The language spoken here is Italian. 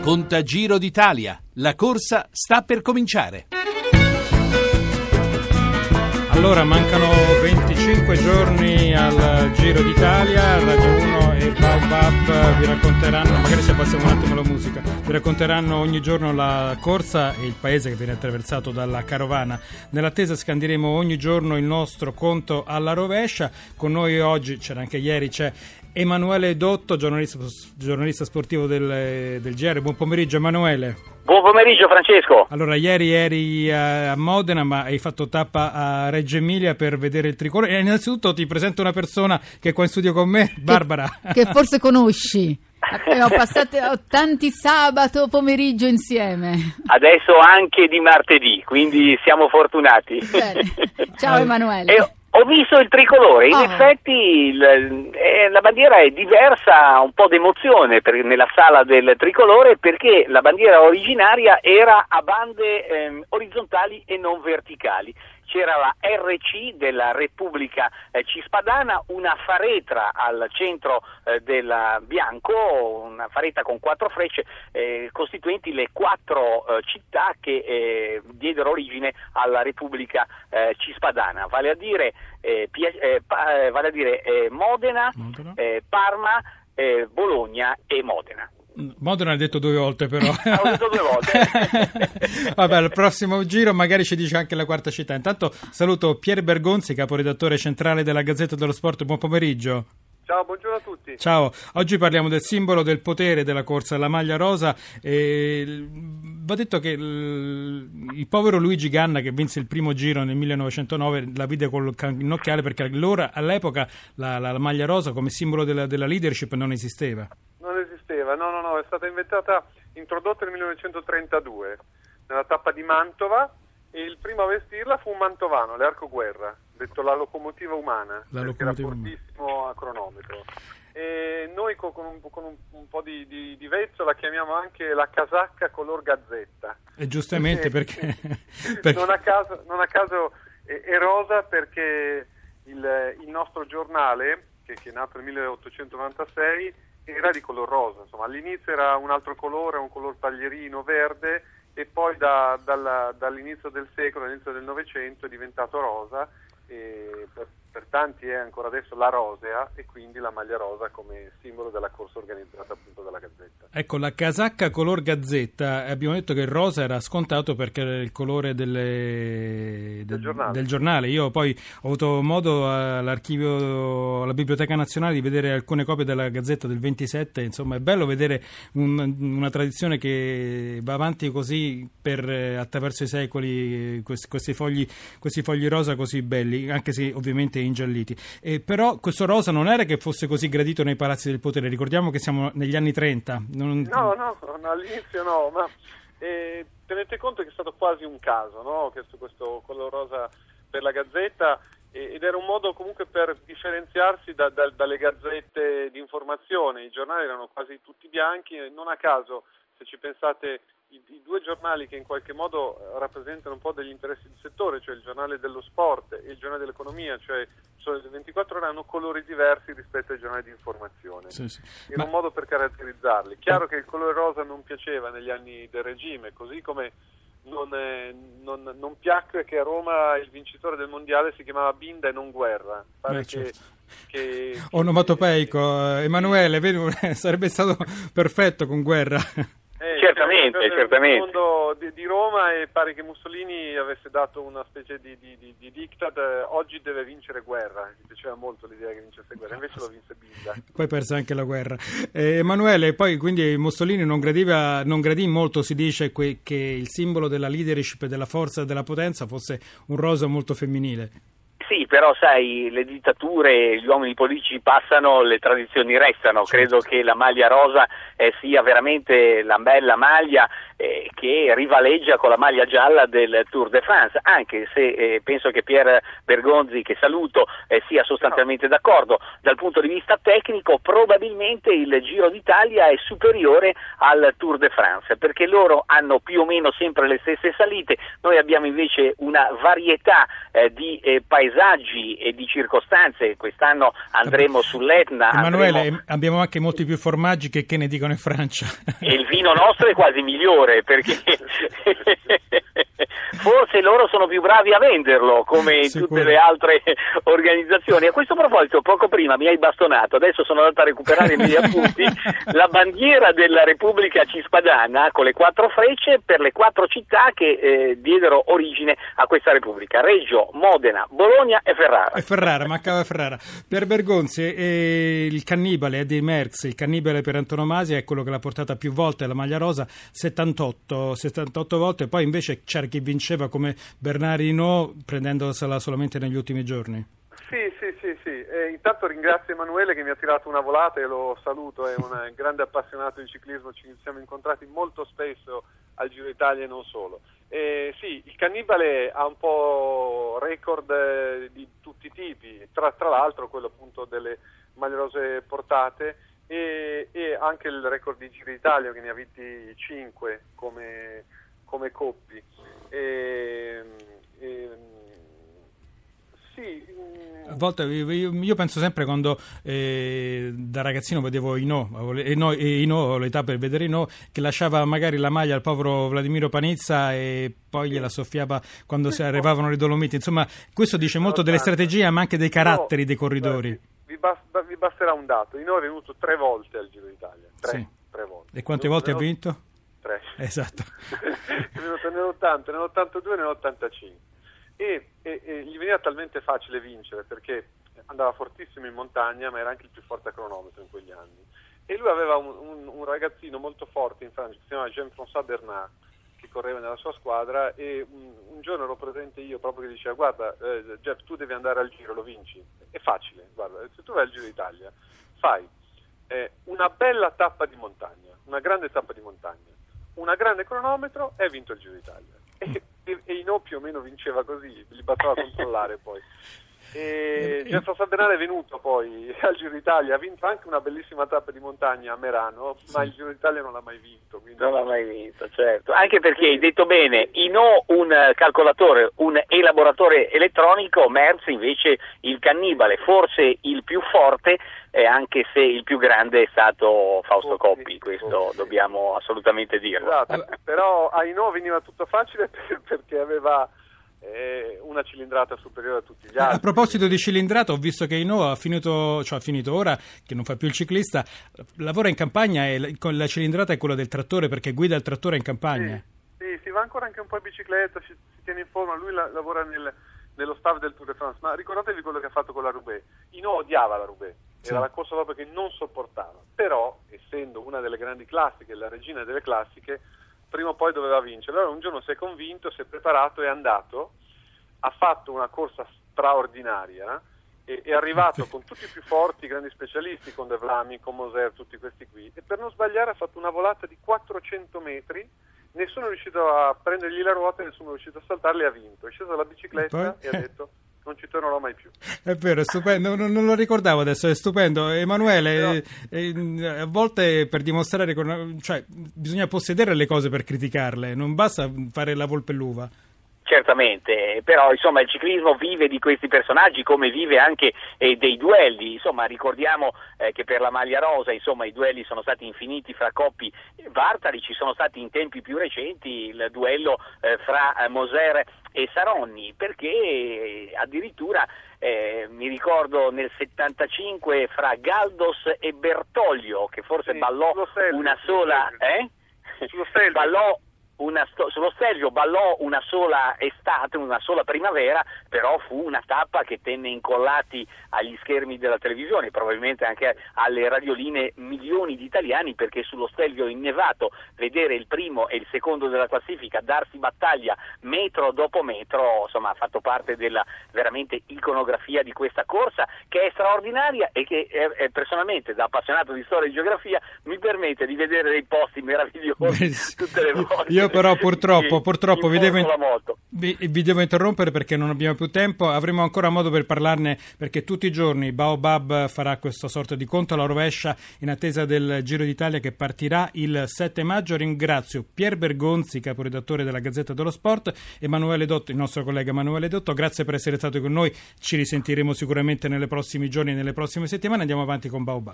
Conta Giro d'Italia, la corsa sta per cominciare. Allora, mancano 25 giorni al Giro d'Italia. Radio 1 e Baobab vi racconteranno, magari se passiamo un attimo la musica, vi racconteranno ogni giorno la corsa e il paese che viene attraversato dalla carovana. Nell'attesa scandiremo ogni giorno il nostro conto alla rovescia. Con noi oggi, c'era anche ieri, c'è Emanuele Dotto, giornalista sportivo del GR. Buon pomeriggio Emanuele. Buon pomeriggio Francesco. Allora, ieri eri a Modena, ma hai fatto tappa a Reggio Emilia per vedere il tricolore. E innanzitutto ti presento una persona che è qua in studio con me, Barbara. Che forse conosci. Abbiamo passato tanti sabato pomeriggio insieme. Adesso anche di martedì, quindi siamo fortunati. Bene. Ciao Emanuele. Ho visto il tricolore, in effetti la bandiera è diversa, un po' d'emozione nella sala del tricolore, perché la bandiera originaria era a bande orizzontali e non verticali. C'era la RC della Repubblica Cispadana, una faretra al centro del bianco, una faretra con 4 frecce costituenti le 4 città che diedero origine alla Repubblica Cispadana, vale a dire Modena, Parma, Bologna e Modena. Modena l'ha detto 2 volte però. Ho detto 2 volte. Vabbè, al prossimo giro magari ci dice anche la quarta città. Intanto saluto Pier Bergonzi, caporedattore centrale della Gazzetta dello Sport. Buon pomeriggio. Ciao, buongiorno a tutti. Ciao, oggi parliamo del simbolo del potere della corsa, la maglia rosa. Va detto che il povero Luigi Ganna, che vinse il primo giro nel 1909, la vide col cannocchiale, perché all'epoca la maglia rosa come simbolo della leadership non esisteva. Non esisteva, no, è stata introdotta nel 1932 nella tappa di Mantova, e il primo a vestirla fu un mantovano, Learco Guerra, detto la locomotiva umana, perché era fortissimo a cronometro. E noi con un po' di vezzo la chiamiamo anche la casacca color gazzetta. E giustamente perché... Non a caso è rosa, perché il nostro giornale, che è nato nel 1896, era di color rosa. Insomma, all'inizio era un altro colore, un color paglierino verde, e poi dall'inizio del secolo, all'inizio del Novecento, è diventato rosa, e per tanti è ancora adesso la rosea, e quindi la maglia rosa come simbolo della corsa organizzata appunto dalla Gazzetta. Ecco, la casacca color Gazzetta, abbiamo detto che il rosa era scontato perché era il colore del giornale. Io poi ho avuto modo alla Biblioteca Nazionale di vedere alcune copie della Gazzetta del 27, insomma è bello vedere una tradizione che va avanti così attraverso i secoli, questi fogli rosa così belli, anche se ovviamente ingialliti. Però questo rosa non era che fosse così gradito nei palazzi del potere, ricordiamo che siamo negli anni 30. No, all'inizio no, ma tenete conto che è stato quasi un caso, no? Questo color rosa per la Gazzetta, ed era un modo comunque per differenziarsi dalle gazzette di informazione. I giornali erano quasi tutti bianchi, e non a caso, se ci pensate, i 2 giornali che in qualche modo rappresentano un po' degli interessi di settore, cioè il giornale dello sport e il giornale dell'economia, cioè Sole 24 Ore, hanno colori diversi rispetto ai giornali di informazione. Sì. Era un modo per caratterizzarli. Chiaro che il colore rosa non piaceva negli anni del regime, così come non piacque che a Roma il vincitore del mondiale si chiamava Binda e non Guerra. Pare che onomatopeico, Emanuele, vedi, sarebbe stato perfetto con Guerra. Certamente. Il mondo di Roma, e pare che Mussolini avesse dato una specie di diktat: oggi deve vincere Guerra. Mi piaceva molto l'idea che vincesse Guerra, invece lo vinse Binda. Poi perse anche la guerra. Emanuele, poi quindi Mussolini non gradì molto, si dice, che il simbolo della leadership, della forza e della potenza fosse un rosa molto femminile. Sì, però sai, le dittature, gli uomini politici passano, le tradizioni restano. Credo che la maglia rosa sia veramente la bella maglia che rivaleggia con la maglia gialla del Tour de France, anche se penso che Pier Bergonzi, che saluto, sia sostanzialmente d'accordo. Dal punto di vista tecnico probabilmente il Giro d'Italia è superiore al Tour de France, perché loro hanno più o meno sempre le stesse salite, noi abbiamo invece una varietà di paesaggi formaggi e di circostanze. Quest'anno andremo sull'Etna. Emanuele, abbiamo anche molti più formaggi che ne dicono in Francia. E il vino nostro è quasi migliore, perché forse loro sono più bravi a venderlo, come in tutte le altre organizzazioni. A questo proposito, poco prima mi hai bastonato, adesso sono andato a recuperare i miei appunti, la bandiera della Repubblica Cispadana con le 4 frecce per le 4 città che diedero origine a questa Repubblica: Reggio, Modena, Bologna e Ferrara. Mancava Ferrara. Per Bergonzi, il cannibale Eddy Merckx, il cannibale per antonomasia, è quello che l'ha portata più volte alla maglia rosa, 78 volte, poi invece c'era chi vinceva come Bernard Hinault prendendosela solamente negli ultimi giorni. Sì. Intanto ringrazio Emanuele che mi ha tirato una volata e lo saluto, è un grande appassionato di ciclismo, ci siamo incontrati molto spesso al Giro d'Italia e non solo. Sì, il cannibale ha un po' record di tutti i tipi, tra l'altro quello appunto delle maglie rose portate e anche il record di Giro d'Italia, che ne ha vinti 5 come coppi. A volte io penso sempre, quando da ragazzino vedevo Hinault, ho l'età per vedere Hinault, che lasciava magari la maglia al povero Vladimiro Panizza e poi gliela soffiava quando si arrivavano le Dolomiti. Insomma, questo dice molto delle strategie, ma anche dei caratteri dei corridori. Vi basterà un dato: Hinault è venuto 3 volte al Giro d'Italia. 3 volte. E quante volte ha vinto? 3. Esatto. È venuto nell'80, nell'82 e nell'85. E gli veniva talmente facile vincere, perché andava fortissimo in montagna, ma era anche il più forte a cronometro in quegli anni. E lui aveva un ragazzino molto forte in Francia che si chiamava Jean-François Bernard, che correva nella sua squadra, e un giorno ero presente io proprio, che diceva: guarda Jeff, tu devi andare al Giro, lo vinci, è facile, guarda, se tu vai al Giro d'Italia fai una bella tappa di montagna, una grande tappa di montagna, una grande cronometro, e hai vinto il Giro d'Italia. E Hinault più o meno vinceva così, li bastava controllare poi. E Jean-François Bernard è venuto poi al Giro d'Italia, ha vinto anche una bellissima tappa di montagna a Merano, ma il Giro d'Italia non l'ha mai vinto. Non l'ha mai vinto, certo. Anche perché hai detto bene, Hinault un calcolatore, un elaboratore elettronico, Merckx invece il cannibale, forse il più forte, anche se il più grande è stato Fausto Coppi, questo dobbiamo assolutamente dirlo. Esatto, però a Hinault veniva tutto facile perché aveva una cilindrata superiore a tutti gli altri. A proposito di cilindrata, ho visto che Hinault ha finito ora, che non fa più il ciclista, lavora in campagna e con la cilindrata è quella del trattore, perché guida il trattore in campagna. Sì, si va ancora anche un po' in bicicletta, si tiene in forma, lui lavora nello staff del Tour de France, ma ricordatevi quello che ha fatto con la Roubaix. Hinault odiava la Roubaix, era la corsa proprio che non sopportava, però essendo una delle grandi classiche, la regina delle classiche, prima o poi doveva vincere. Allora un giorno si è convinto, si è preparato, è andato, ha fatto una corsa straordinaria, è arrivato con tutti i più forti, i grandi specialisti, con De Vlami, con Moser, tutti questi qui, e per non sbagliare ha fatto una volata di 400 metri, nessuno è riuscito a prendergli la ruota, nessuno è riuscito a saltarli, ha vinto, è sceso dalla bicicletta e ha detto: non ci tornerò mai più. È vero, è stupendo, non lo ricordavo adesso, è stupendo. Emanuele, a volte per dimostrare, bisogna possedere le cose per criticarle, non basta fare la volpe e l'uva. Certamente, però insomma il ciclismo vive di questi personaggi, come vive anche dei duelli. Insomma, ricordiamo che per la maglia rosa i duelli sono stati infiniti fra Coppi e Bartali. Ci sono stati in tempi più recenti il duello fra Moser e Saronni, perché addirittura mi ricordo nel 75 fra Galdos e Bertoglio, che forse ballò una sola sullo Stelvio ballò una sola estate, una sola primavera, però fu una tappa che tenne incollati agli schermi della televisione, probabilmente anche alle radioline, milioni di italiani, perché sullo Stelvio innevato vedere il primo e il secondo della classifica darsi battaglia metro dopo metro, insomma ha fatto parte della veramente iconografia di questa corsa, che è straordinaria e che personalmente, da appassionato di storia e geografia, mi permette di vedere dei posti meravigliosi tutte le volte. Io però purtroppo vi devo interrompere perché non abbiamo più tempo. Avremo ancora modo per parlarne, perché tutti i giorni Baobab farà questa sorta di conto alla rovescia in attesa del Giro d'Italia che partirà il 7 maggio. Ringrazio Pier Bergonzi, caporedattore della Gazzetta dello Sport, e Emanuele Dotto, il nostro collega Emanuele Dotto. Grazie per essere stato con noi, ci risentiremo sicuramente nei prossimi giorni e nelle prossime settimane. Andiamo avanti con Baobab.